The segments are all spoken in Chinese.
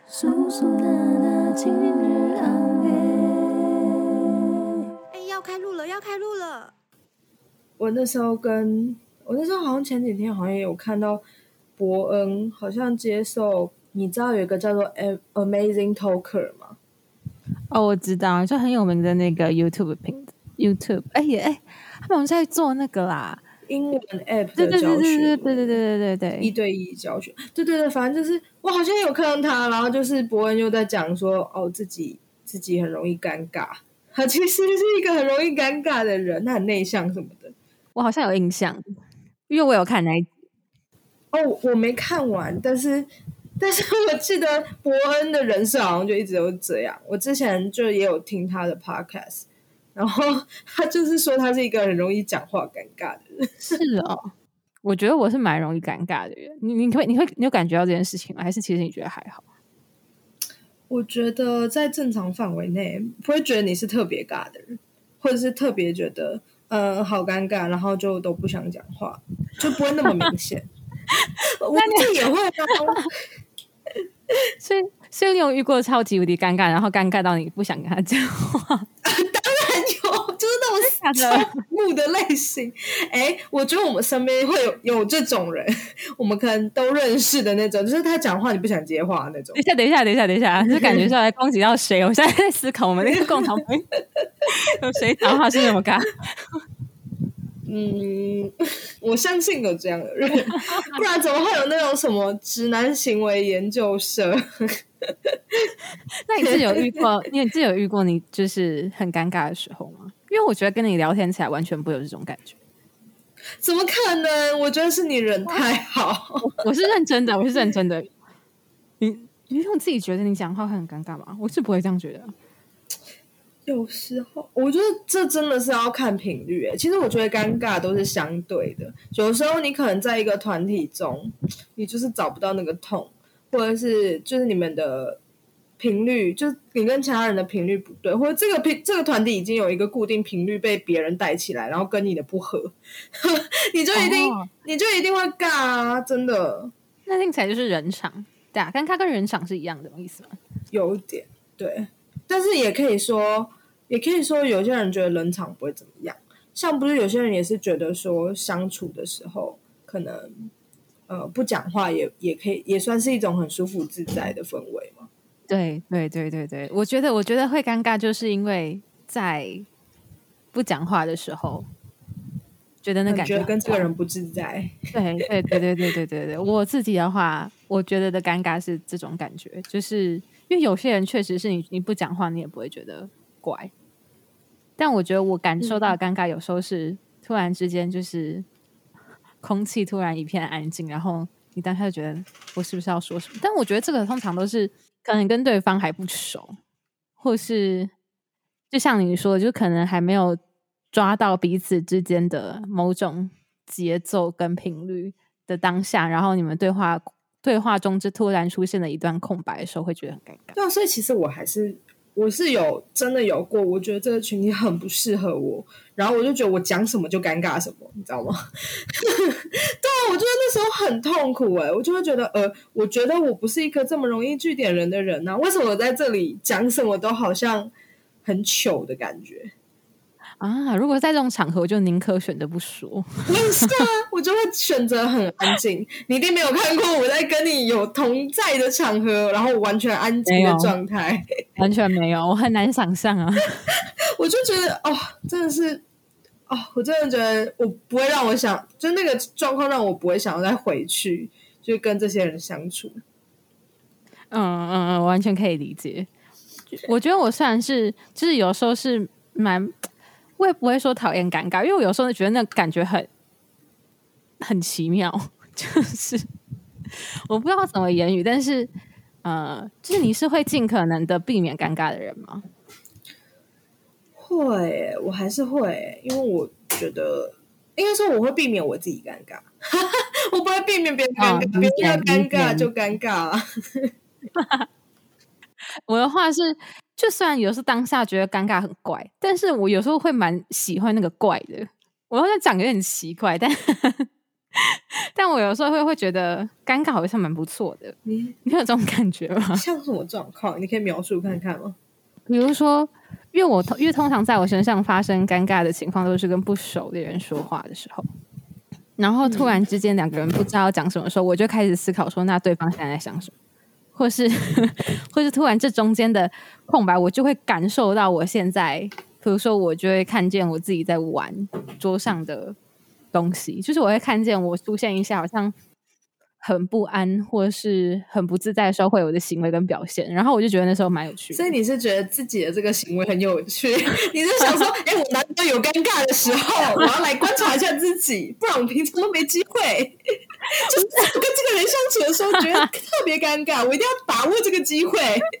叔叔娜娜今日安哎，要开录了，要开录了！ 我那时候好像前几天好像也有看到伯恩好像接受，你知道有一个叫做 Amazing Talker 吗？ 哦，我知道，就很有名的那个 YouTube 频道 YouTube， 他们在做那个啦， 英文 app 的教学， 对， 一对一教学，对，反正就是我好像有看到他，然后就是伯恩又在讲说，自己很容易尴尬，他其实是一个很容易尴尬的人，他很内向什么的。 我好像有印象，因为我有看那一集。 我没看完，但是我记得伯恩的人设好像就一直都这样。我之前就也有听他的 podcast， 然后他就是说他是一个很容易讲话尴尬的人。 是哦，我觉得我是蛮容易尴尬的人。你有感觉到这件事情吗？还是其实你觉得还好？ 我觉得在正常范围内，不会觉得你是特别尬的人，或者是特别觉得好尴尬，然后就都不想讲话，就不会那么明显。我自己也会啊。 所以你有遇过超级无敌尴尬，然后尴尬到你不想跟他讲话？ 当然有，就是那种侧目的类型。我觉得我们身边会有这种人，我们可能都认识的那种，就是他讲话你不想接话那种。 等一下，就感觉是来攻击到谁？我现在在思考我们那个共同朋友有谁讲话是那么尬。 我相信有这样的人，不然怎么会有那种什么直男行为研究社？ 那你自己有遇过你就是很尴尬的时候吗？因为我觉得跟你聊天起来完全不会有这种感觉。 怎么可能？我觉得是你人太好。 我是认真的。你用自己觉得你讲话会很尴尬吗？我是不会这样觉得。 有时候我觉得这真的是要看频率。其实我觉得尴尬都是相对的，有时候你可能在一个团体中，你就是找不到那个痛，或者是就是你们的频率，就是你跟其他人的频率不对，或者这个团体已经有一个固定频率被别人带起来，然后跟你的不合，你就一定会尬啊！真的。 那听起来就是人场，对啊，尴尬跟人场是一样的意思吗？ 有一点，对。但是也可以说有些人觉得冷场不会怎么样，像不是有些人也是觉得说相处的时候可能不讲话也可以，也算是一种很舒服自在的氛围嘛。 对，我觉得会尴尬，就是因为在不讲话的时候，觉得那感觉跟这个人不自在。 对，我自己的话，我觉得的尴尬是这种感觉，就是因为有些人确实是你不讲话，你也不会觉得怪。但我觉得我感受到的尴尬，有时候是突然之间就是空气突然一片安静，然后你当下就觉得我是不是要说什么？但我觉得这个通常都是可能跟对方还不熟，或是就像你说的，就可能还没有抓到彼此之间的某种节奏跟频率的当下，然后你们对话中就突然出现了一段空白的时候，会觉得很尴尬。 对啊，所以其实我是真的有过，我觉得这个群体很不适合我，然后我就觉得我讲什么就尴尬什么，你知道吗？对啊，我觉得那时候很痛苦。我就会觉得我觉得我不是一个这么容易句点人的人啊，为什么我在这里讲什么都好像很糗的感觉啊？如果在这种场合，我就宁可选择不说。 我也是啊，我就会选择很安静。你一定没有看过我在跟你有同在的场合，然后完全安静的状态， 完全没有，我很难想象啊。 我就觉得真的是我真的觉得我不会让我想，就那个状况让我不会想要再回去，就跟这些人相处。 我完全可以理解。我觉得我虽然是，就是有时候是我也不会说讨厌尴尬，因为我有时候觉得那感觉很奇妙，就是我不知道怎么言语，但是就是你是会尽可能的避免尴尬的人吗？ 会，我还是会，因为我觉得应该说我会避免我自己尴尬，我不会避免别人尴尬，别人要尴尬就尴尬啊。 我的话是，就虽然有时候当下觉得尴尬很怪，但是我有时候会蛮喜欢那个怪的。我好像讲有点奇怪，但但我有时候会觉得尴尬好像蛮不错的， 你你有这种感觉吗？ 像什么状况？你可以描述看看吗？ 比如说，因为通常在我身上发生尴尬的情况都是跟不熟的人说话的时候，然后突然之间两个人不知道要讲什么的时候，我就开始思考说，那对方现在在想什么，或是突然这中间的空白，我就会感受到我现在，比如说我就会看见我自己在玩桌上的东西，就是我会看见我出现一下好像很不安或是很不自在的时候会有的行为跟表现，然后我就觉得那时候蛮有趣的。 所以你是觉得自己的这个行为很有趣，你是想说，我难得有尴尬的时候，我要来观察一下自己，不然我平常都没机会。就是我跟这个人相处的时候，觉得特别尴尬，我一定要把握这个机会。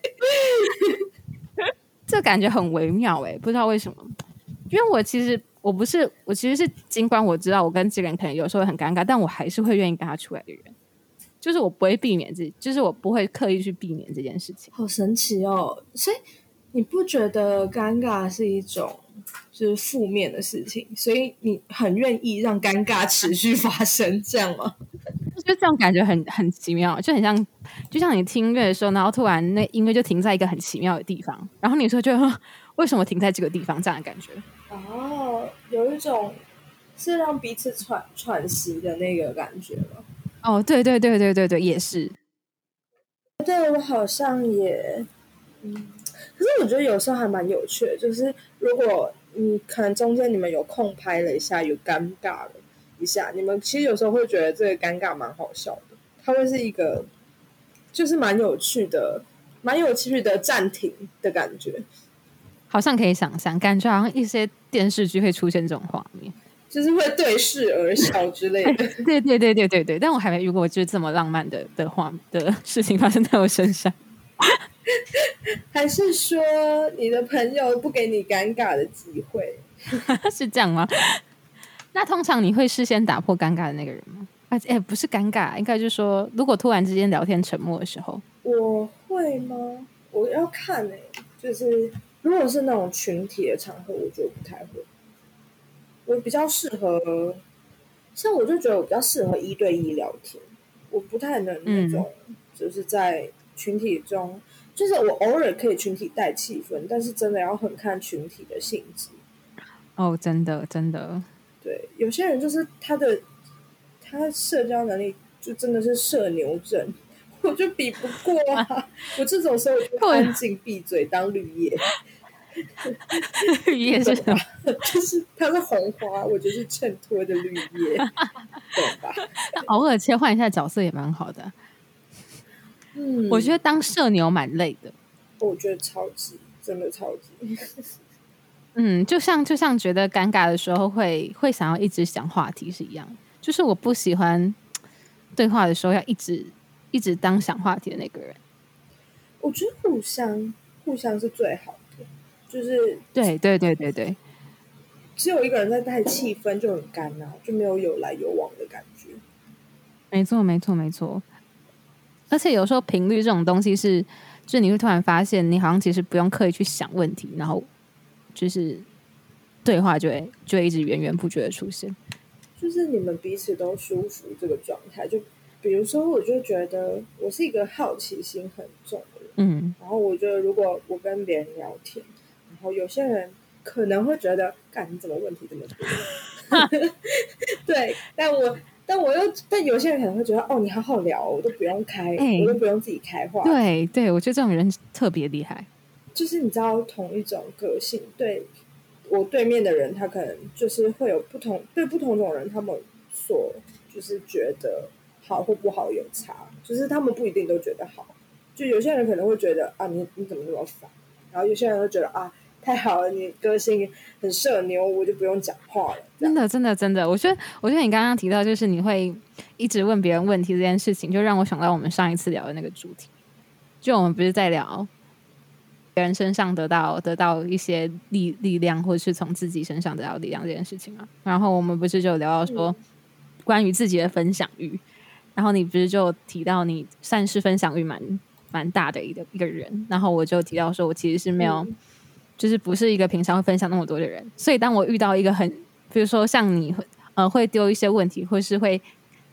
这感觉很微妙不知道为什么，因为我其实是尽管我知道我跟这个人可能有时候会很尴尬，但我还是会愿意跟他出来的人。就是我不会避免就是我不会刻意去避免这件事情。 好神奇哦！所以你不觉得尴尬是一种就是负面的事情，所以你很愿意让尴尬持续发生，这样吗？ 就这样感觉很奇妙，就很像就像你听音乐的时候，然后突然那音乐就停在一个很奇妙的地方，然后你说就为什么停在这个地方这样的感觉。 哦，有一种是让彼此喘息的那个感觉吗？ 哦，对对对对对对，也是。 对，我好像也，可是我觉得有时候还蛮有趣的，就是如果你可能中间你们有空拍了一下，有尴尬了一下，你们其实有时候会觉得这个尴尬蛮好笑的，它会是一个就是蛮有趣的暂停的感觉， 好像可以想象，感觉好像一些电视剧会出现这种画面。 就是会对视而笑之类的。 对对对对对对，但我还没遇过就是这么浪漫的事情发生在我身上。 还是说你的朋友不给你尴尬的机会？ 是这样吗？那通常你会事先打破尴尬的那个人吗？不是尴尬，应该就是说，如果突然之间聊天沉默的时候， 我会吗？我要看就是如果是那种群体的场合，我就不太会。我比较适合，像我就觉得我比较适合1对1聊天，我不太能那种，就是在群体中，就是我偶尔可以群体带气氛，但是真的要很看群体的性质。 哦，真的真的， 对，有些人就是他社交能力就真的是社牛症，我就比不过啊！我这种时候我就安静闭嘴当绿叶。 绿叶是什么？ 就是它是红花，我就是衬托的绿叶，懂吧？ 偶尔切换一下角色也蛮好的。我觉得当社牛蛮累的。 我觉得超级，真的超级。 就像觉得尴尬的时候会想要一直想话题是一样的，就是我不喜欢对话的时候要一直当想话题的那个人。 我觉得互相是最好的，就是对对对对对， 只有一个人在带气氛就很干啊，就没有来有往的感觉。 没错没错没错，而且有时候频率这种东西就是你会突然发现你好像其实不用刻意去想问题，然后就是对话就会一直源源不绝的出现， 就是你们彼此都舒服这个状态。就比如说我就觉得我是一个好奇心很重的人，然后我觉得如果我跟别人聊天，然后有些人可能会觉得干你怎么问题这么多对，但有些人可能会觉得哦你好好聊，我都不用我都不用自己开话。 对对，我觉得这种人特别厉害。 就是你知道同一种个性，对我对面的人，他可能就是会有不同种人，他们所就是觉得好或不好有差，就是他们不一定都觉得好。就有些人可能会觉得啊你怎么那么烦，然后有些人会觉得啊太好了，你个性很社牛，我就不用讲话了。 真的真的真的，我觉得你刚刚提到就是你会一直问别人问题这件事情，就让我想到我们上一次聊的那个主题，就我们不是在聊别人身上得到一些力量，或者是从自己身上得到力量这件事情嘛。然后我们不是就聊到说关于自己的分享欲，然后你不是就提到你算是分享欲蛮大的一个人，然后我就提到说我其实是没有就是不是一个平常会分享那么多的人，所以当我遇到一个比如说像你会丢一些问题，或是会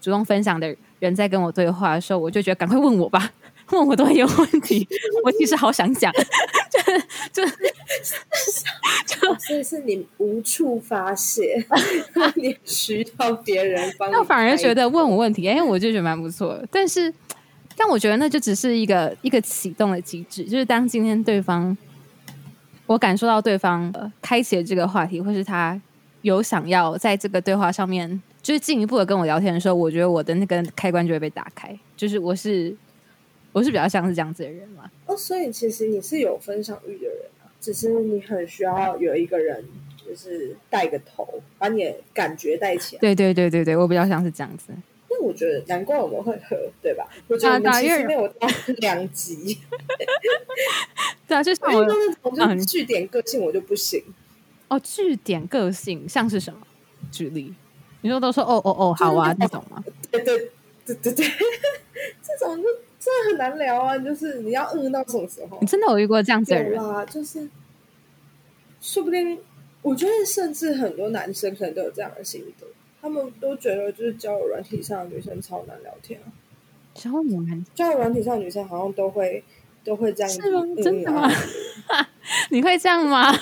主动分享的人在跟我对话的时候，我就觉得赶快问我吧，问我都有问题。我其实好想讲， 所以是你无处发泄，你需要别人帮你。 我反而觉得问我问题，我就觉得蛮不错的。但我觉得那就只是一个启动的机制，就是当今天对方，我感受到对方开启了这个话题，或是他有想要在这个对话上面就是进一步的跟我聊天的时候，我觉得我的那个开关就会被打开，就是我是比较像是这样子的人嘛。 所以其实你是有分享欲的人啊，只是你很需要有一个人就是带个头，把你的感觉带起来。 对，我比较像是这样子。 因为我觉得难怪我们会合，对吧？我觉得我们其实没有到2集。 对啊，就像我那种就是据点个性我就不行。 据点个性像是什么？举例，你说都说哦好啊那种吗？ 对，这种就真的很难聊啊！就是你要到什么时候？ 你真的有遇过这样子的人？ 有啦，就是说不定，我觉得甚至很多男生可能都有这样的心得。他们都觉得就是交友软体上的女生超难聊天啊。交友软体上的女生好像都会这样子。 是吗？真的吗？你会这样吗？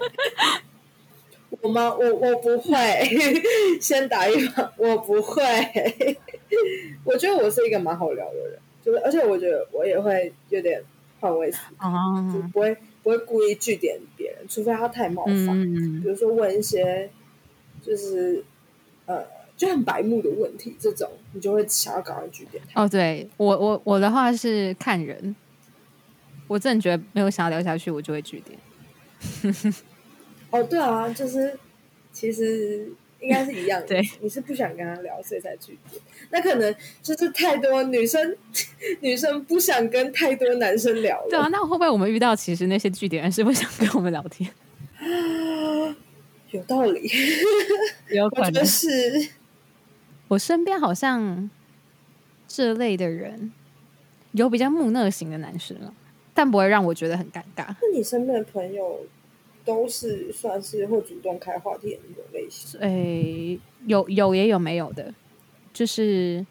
我吗？我不会。先打预防，我不会。我觉得我是一个蛮好聊的人，就是而且我觉得我也会有点换位思考，就不会故意据点别人，除非他太冒犯。比如说问一些就是就很白目的问题，这种你就会想要赶快据点他。 对，我的话是看人，我真的觉得没有想要聊下去，我就会据点。 对啊，就是其实应该是一样的。 对， 你是不想跟他聊，所以才据点。那可能就是太多女生不想跟太多男生聊了。 对啊，那会不会我们遇到其实那些据点人是不想跟我们聊天？ 有道理。 有可能。 我觉得是。 我身边好像这类的人有比较木讷型的男生了，但不会让我觉得很尴尬。 那你身边的朋友都是算是会主动开话题的那种类型？ 有也有没有的，就是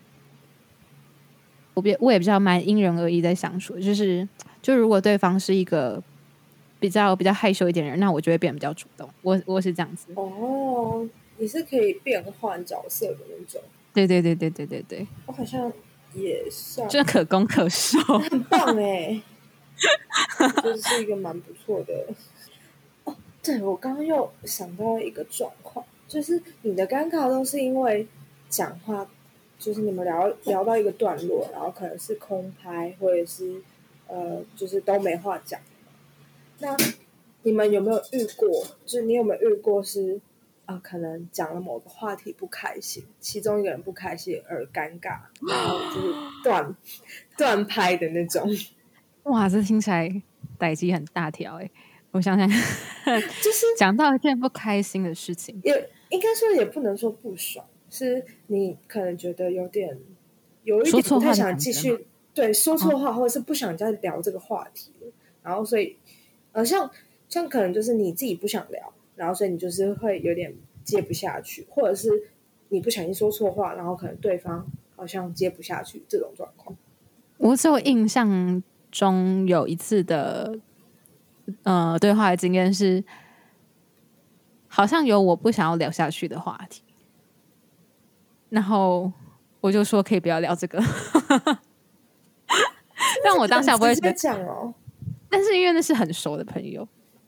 我也比较蛮因人而异在相处，就如果对方是一个比较害羞一点的人，那我就会变得比较主动。我是这样子。 你是可以变换角色的那种。 对。 我好像也算， 就可攻可受， 很棒哎。就是一个蛮不错的。对，我刚刚又想到一个状况，就是你的尴尬都是因为讲话，就是你们聊到一个段落，然后可能是空拍，或者是就是都没话讲。那你们有没有遇过？就是你有没有遇过是可能讲了某个话题不开心，其中一个人不开心而尴尬，然后就是断拍的那种。 哇，这听起来代际很大条哎！我想想看， 就是讲到一件不开心的事情， 也应该说也不能说不爽，是你可能觉得有一点不太想继续，对，说错话，或者是不想再聊这个话题了。然后所以像可能就是你自己不想聊，然后所以你就是会有点接不下去，或者是你不小心说错话，然后可能对方好像接不下去这种状况。 我只有印象中有一次的对话的经验是，好像有我不想要聊下去的话题，然后我就说可以不要聊这个。但我当下不会直接讲哦， 但是因为那是很熟的朋友，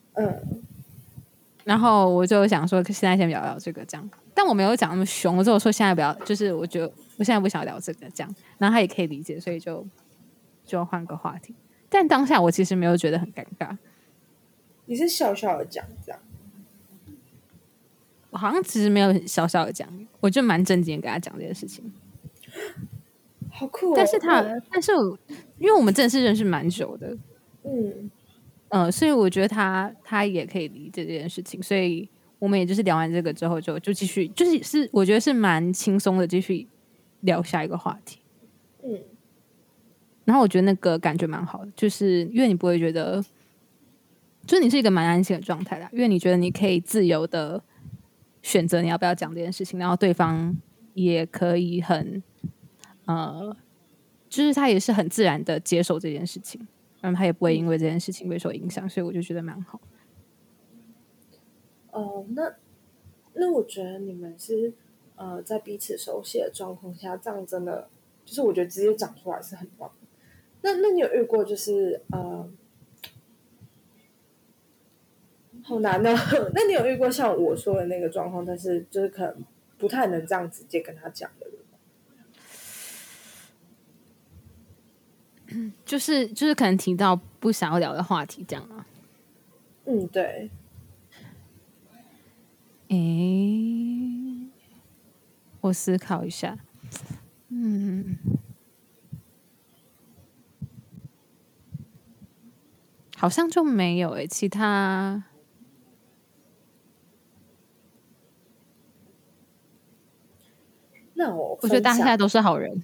然后我就想说现在先不要聊这个这样，但我没有讲那么凶，我只有说现在不要，就是我觉得我现在不想聊这个这样，然后他也可以理解，所以就换个话题。但当下我其实没有觉得很尴尬。 你是小小的讲这样？ 我好像其实没有小小的讲，我就蛮正经的跟他讲这件事情。 好酷哦！ 但是因为我们真的是认识蛮久的，所以我觉得他也可以理解这件事情，所以我们也就是聊完这个之后就继续，就是我觉得是蛮轻松的，继续聊下一个话题。然后我觉得那个感觉蛮好的，就是因为你不会觉得，就是你是一个蛮安心的状态啦，因为你觉得你可以自由的选择你要不要讲这件事情，然后对方也可以很就是他也是很自然的接受这件事情，他也不会因为这件事情被受影响，所以我就觉得蛮好。 哦，那我觉得你们是在彼此熟悉的状况下，这样真的就是我觉得直接讲出来是很棒的。那你有遇过就是好难呢、那你有遇过像我说的那个状况，但是就是可能不太能这样直接跟他讲的人吗？ 就是可能提到不想要聊的话题这样啊。 嗯，对。 我思考一下。好像就没有其他。 那我觉得大家现在都是好人。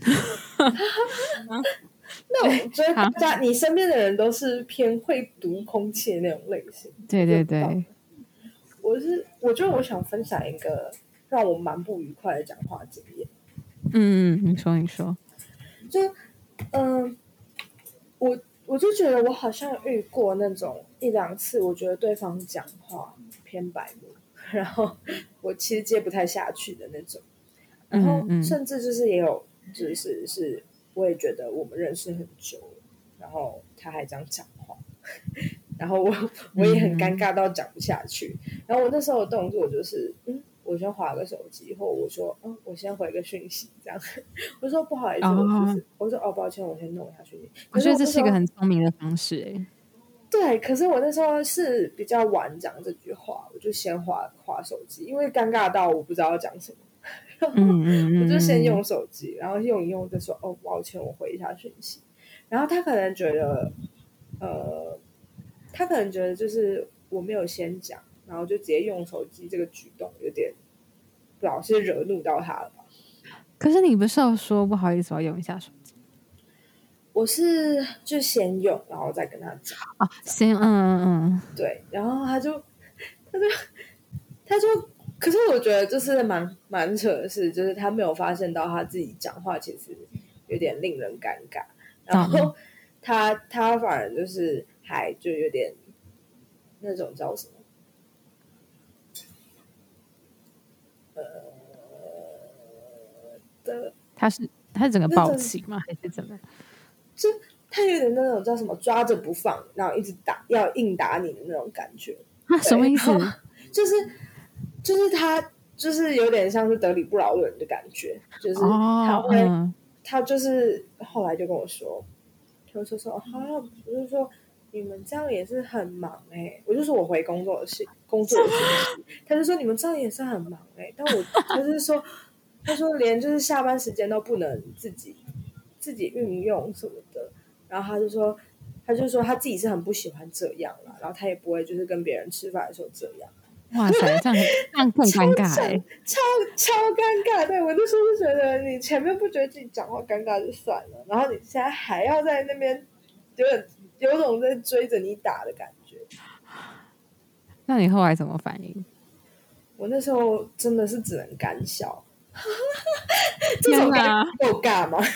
那我觉得大家你身边的人都是偏会读空气的那种类型。 对对对， 我觉得我想分享一个让我蛮不愉快的讲话经验。 你说。 就我就觉得我好像遇过那种一两次，我觉得对方讲话偏白目，然后我其实接不太下去的那种。然后甚至就是也有就是我也觉得我们认识很久了，然后他还这样讲话，然后我也很尴尬到讲不下去。然后我那时候的动作就是我先划个手机，或我说我先回个讯息这样。我说不好意思，我说抱歉，我先弄一下讯息。 我觉得这是一个很聪明的方式对，可是我那时候是比较晚讲这句话，我就先划手机，因为尴尬到我不知道要讲什么。我就先用手机，然后用一用就说抱歉，我回一下讯息。然后他可能觉得就是我没有先讲，然后就直接用手机这个举动有点不知道是惹怒到他了吧。 可是你不是有说不好意思我要用一下手机？ 我是就先用然后再跟他讲先对，然后他就可是我觉得就是蛮扯的事，就是他没有发现到他自己讲话其实有点令人尴尬，然后他反而就是还就有点那种叫什么他是整个暴气吗？还是怎么样？ 就他有点那种叫什么抓着不放，然后一直要硬打你的那种感觉。 什么意思？ 就是他就是有点像是得理不饶人的感觉，就是他就是后来就跟我说，他就说我就说你们这样也是很忙我就说我回工作的讯息，他就说你们这样也是很忙但他就是说他说连就是下班时间都不能自己运用什么的，然后他就说他自己是很不喜欢这样啦，然后他也不会就是跟别人吃饭的时候这样。 哇塞，这样更尴尬超尴尬。对，我那时候就觉得你前面不觉得自己讲话尴尬就算了，然后你现在还要在那边有种在追着你打的感觉。 那你后来怎么反应？ 我那时候真的是只能干笑。这种够尬吗？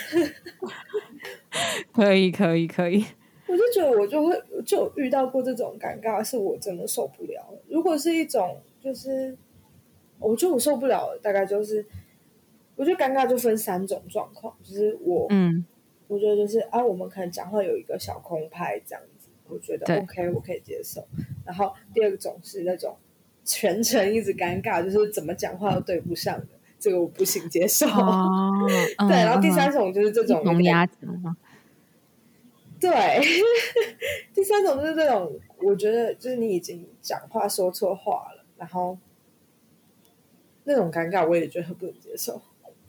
可以。 我就觉得我就有遇到过这种尴尬，是我真的受不了了。如果是一种就是我觉得我受不了的大概就是我觉得尴尬就分3种状况，就是我觉得就是我们可能讲话有一个小空拍这样子，我觉得 OK 我可以接受。然后第二种是那种全程一直尴尬，就是怎么讲话都对不上的，这个我不行接受。对，然后第3种就是这种聋哑子对，第3种就是这种，我觉得就是你已经讲话说错话了，然后那种尴尬我也觉得很不能接受。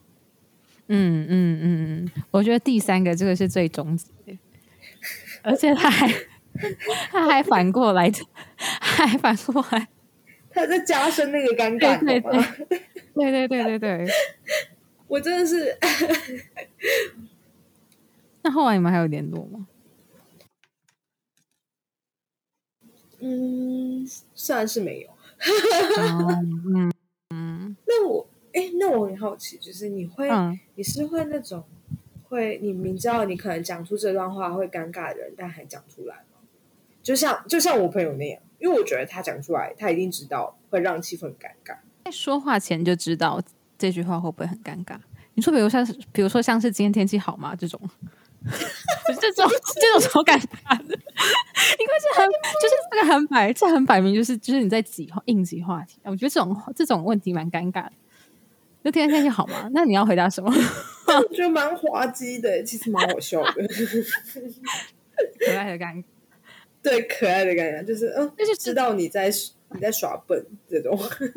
我觉得第3个这个是最终极的，而且他还反过来， 他在加深那个尴尬， 对， 我真的是。 那后来你们还有联络吗？ 算是没有。那我很好奇，就是你是会那种会你明知道你可能讲出这段话会尴尬的人，但还讲出来吗？就像我朋友那样，因为我觉得他讲出来，他一定知道会让气氛尴尬。 在说话前就知道这句话会不会很尴尬？你说，比如说像是今天天气好吗？这种超尴尬的，因为就是这个很摆明就是你在硬挤话题。我觉得这种问题蛮尴尬的。就今天天气好吗？那你要回答什么？ 我觉得蛮滑稽的，其实蛮好笑的， 可爱的尴尬。 对，可爱的尴尬，就是就是知道你在耍笨这种。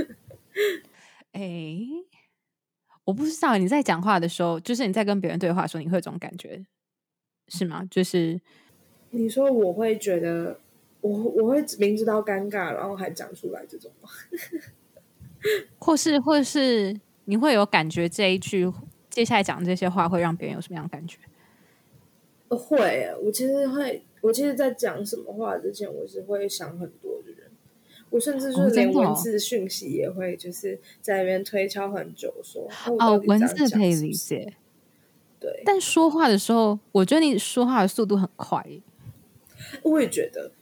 我不知道你在讲话的时候，就是你在跟别人对话的时候，你会有这种感觉是吗？就是你说我会觉得我会明知道尴尬，然后还讲出来这种吗？ 或是你会有感觉这一句接下来讲这些话会让别人有什么样的感觉？ 会，我其实在讲什么话之前，我是会想很多的人。我甚至就是连文字讯息也会，就是在那边推敲很久说， 文字可以理解， 对。 但说话的时候，我觉得你说话的速度很快耶。 我也觉得，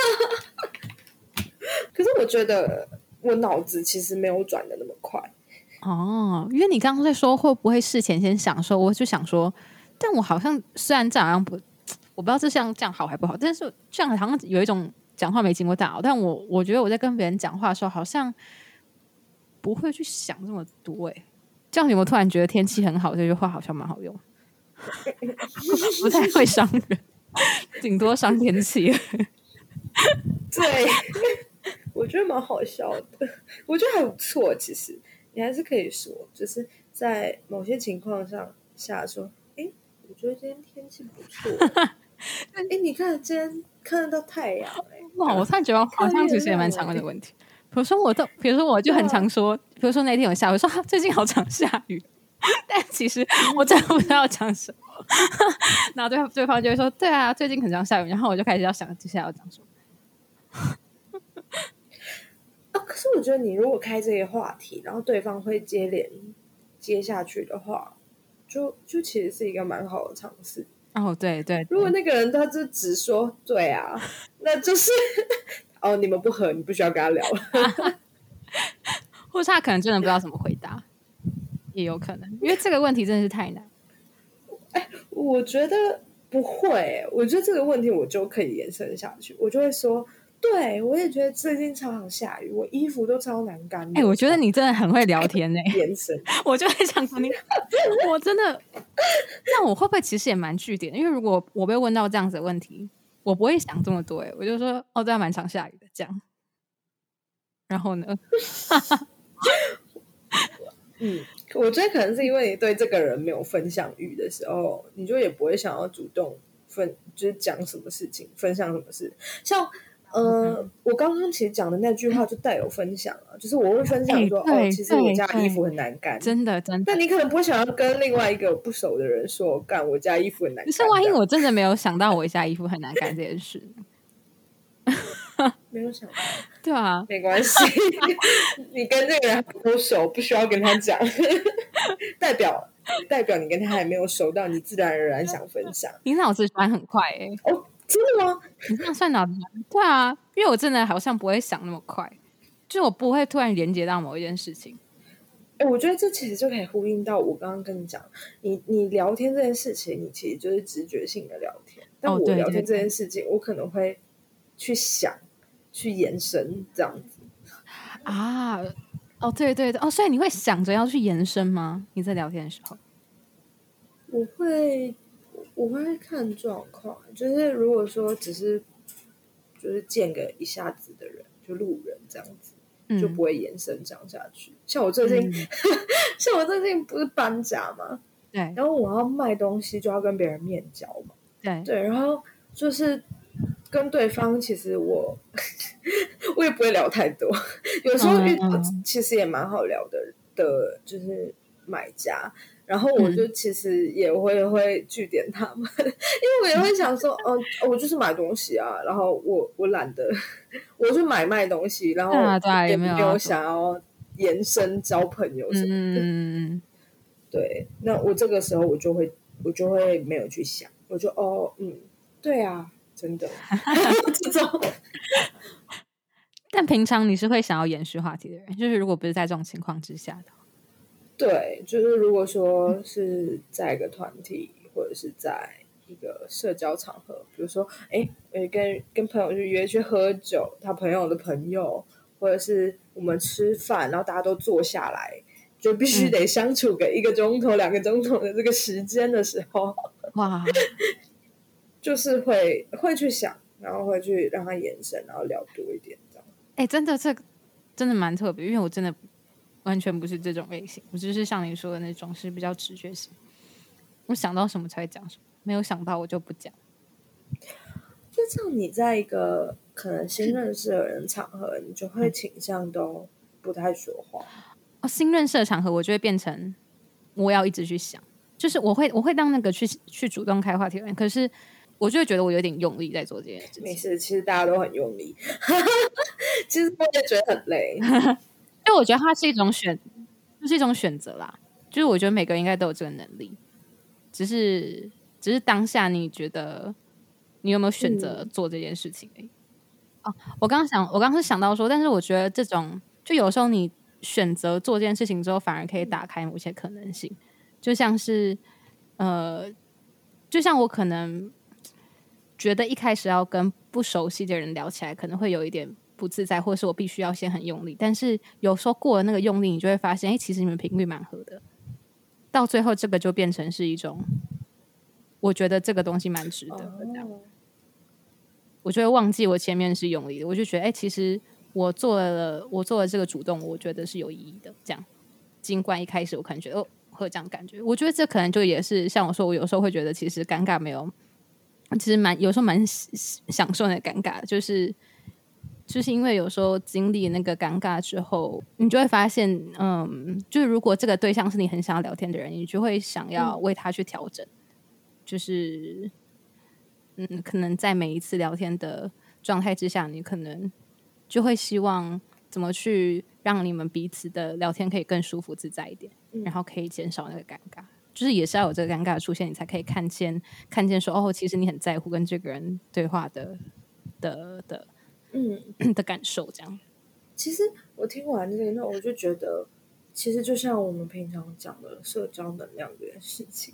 可是我觉得我脑子其实没有转的那么快。 因为你刚刚在说会不会事前先想的时候，我就想说，但我好像虽然这好像我不知道这样好还不好，但是这样好像有一种讲话没经过大脑，但我觉得我在跟别人讲话的时候，好像不会去想这么多。这样你有没有突然觉得天气很好这句话好像蛮好用？不太会伤人，顶多伤天气。 对，我觉得蛮好笑的，我觉得还不错。其实你还是可以说，就是在某些情况下说，我觉得今天天气不错。你看今天看得到太阳。 哇，我突然觉得好像其实也蛮常问的问题。比如说我就很常说，比如说那天有下雨，我说最近好常下雨，但其实我真的不知道讲什么。然后对方就会说，对啊，最近很常下雨，然后我就开始要想接下来要讲什么。 可是我觉得你如果开这个话题，然后对方会接下去的话，就其实是一个蛮好的尝试。 对， 如果那个人他就只说对啊，那就是你们不合，你不需要跟他聊了。 或是他可能真的不知道怎么回答，也有可能，因为这个问题真的是太难。 我觉得不会，我觉得这个问题我就可以延伸下去，我就会说，对，我也觉得最近超常下雨，我衣服都超难干。 我觉得你真的很会聊天延伸， 我就会想说你，我真的，那我会不会其实也蛮据点？因为如果我被问到这样子的问题，我不会想这么多。我就说对啊，蛮常下雨的这样。然后呢？ 我觉得可能是因为你对这个人没有分享欲的时候，你就也不会想要主动就是讲什么事情，分享什么事。像我刚刚其实讲的那句话就带有分享啊，就是我会分享说，其实我家衣服很难干， 真的。 但你可能不会想要跟另外一个不熟的人说，干我家衣服很难干。 可是万一我真的没有想到我家衣服很难干这件事。 没有想到， 对啊， 没关系，你跟这个人还不够熟，不需要跟他讲，代表你跟他还没有熟到，你自然而然想分享。 你脑子转很快真的吗？ 你这样算脑子转？对啊，因为我真的好像不会想那么快，就我不会突然连接到某一件事情。 我觉得这其实就可以呼应到我刚刚跟你讲，你聊天这件事情，你其实就是直觉性的聊天，但我聊天这件事情，我可能会去想。去延伸这样子对所以你会想着要去延伸吗？你在聊天的时候？ 我会看状况，就是如果说只是就是见个一下子的人，就路人这样子，就不会延伸讲下去。像我最近像我最近不是搬家嘛， 对， 然后我要卖东西就要跟别人面交嘛，对，然后就是跟对方其实我也不会聊太多，有时候遇到其实也蛮好聊的就是买家，然后我就其实也会据点他们，因为我也会想说我就是买东西啊，然后我懒得我就卖东西，然后也没有想要延伸交朋友什么的。对，那我这个时候我就会我就会没有去想，我就对啊，真的这种。 但平常你是会想要延续话题的人，就是如果不是在这种情况之下的。 对，就是如果说是在一个团体，或者是在一个社交场合，比如说，我跟朋友去约去喝酒，他朋友的朋友，或者是我们吃饭，然后大家都坐下来，就必须得相处个1个钟头、2个钟头的这个时间的时候， 哇， 就是会去想，然后会去让它延伸，然后聊多一点这样。 真的这个真的蛮特别，因为我真的完全不是这种类型，我就是像你说的那种是比较直觉型，我想到什么才会讲什么，没有想到我就不讲。 就这样，你在一个可能新认识的人场合，你就会倾向都不太说话。 新认识的场合，我就会变成我要一直去想，就是我会当那个去主动开话题的人，可是我就会觉得我有点用力在做这件事情。 没事，其实大家都很用力，其实我也觉得很累。 因为我觉得它是一种就是一种选择啦，就是我觉得每个人应该都有这个能力，只是当下你觉得你有没有选择做这件事情而已。我刚刚是想到说，但是我觉得这种就有时候你选择做这件事情之后，反而可以打开某些可能性，就像是就像我可能觉得一开始要跟不熟悉的人聊起来，可能会有一点不自在，或是我必须要先很用力，但是有时候过了那个用力，你就会发现，其实你们频率蛮合的，到最后这个就变成是一种，我觉得这个东西蛮值得的这样。我就会忘记我前面是用力的，我就觉得，其实我做了这个主动，我觉得是有意义的。这样，尽管一开始我可能觉得会有这样感觉，我觉得这可能就也是像我说，我有时候会觉得其实尴尬没有，其实有时候蛮享受那个尴尬，就是因为有时候经历那个尴尬之后，你就会发现，就是如果这个对象是你很想要聊天的人，你就会想要为他去调整，就是可能在每一次聊天的状态之下，你可能就会希望怎么去让你们彼此的聊天可以更舒服自在一点，然后可以减少那个尴尬。就是也是要有这个尴尬的出现，你才可以看见说，其实你很在乎跟这个人对话的感受。这样， 其实我听完这个，我就觉得，其实就像我们平常讲的社交能量这件事情，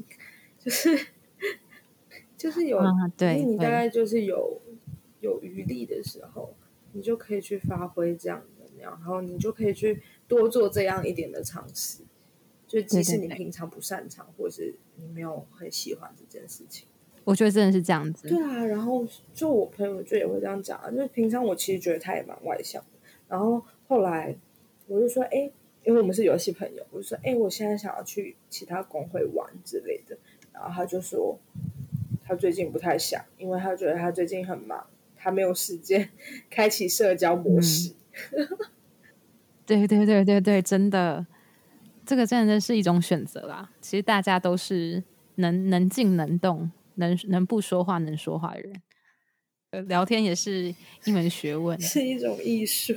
就是有， 对， 你大概就是有余力的时候，你就可以去发挥这样的能量，然后你就可以去多做这样一点的尝试。就即使你平常不擅长，或是你没有很喜欢这件事情， 我觉得真的是这样子。 对啊，然后就我朋友就也会这样讲，就是平常我其实觉得他也蛮外向的，然后后来我就说，因为我们是游戏朋友，我就说，我现在想要去其他公会玩之类的，然后他就说他最近不太想，因为他觉得他最近很忙，他没有时间开启社交模式。 对对对对对，真的。这个真的是一种选择啦。其实大家都是能静能动，能不说话能说话的人。聊天也是一门学问， 是一种艺术。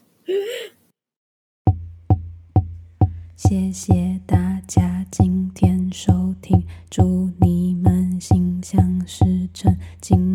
谢谢大家今天收听，祝你们心想事成。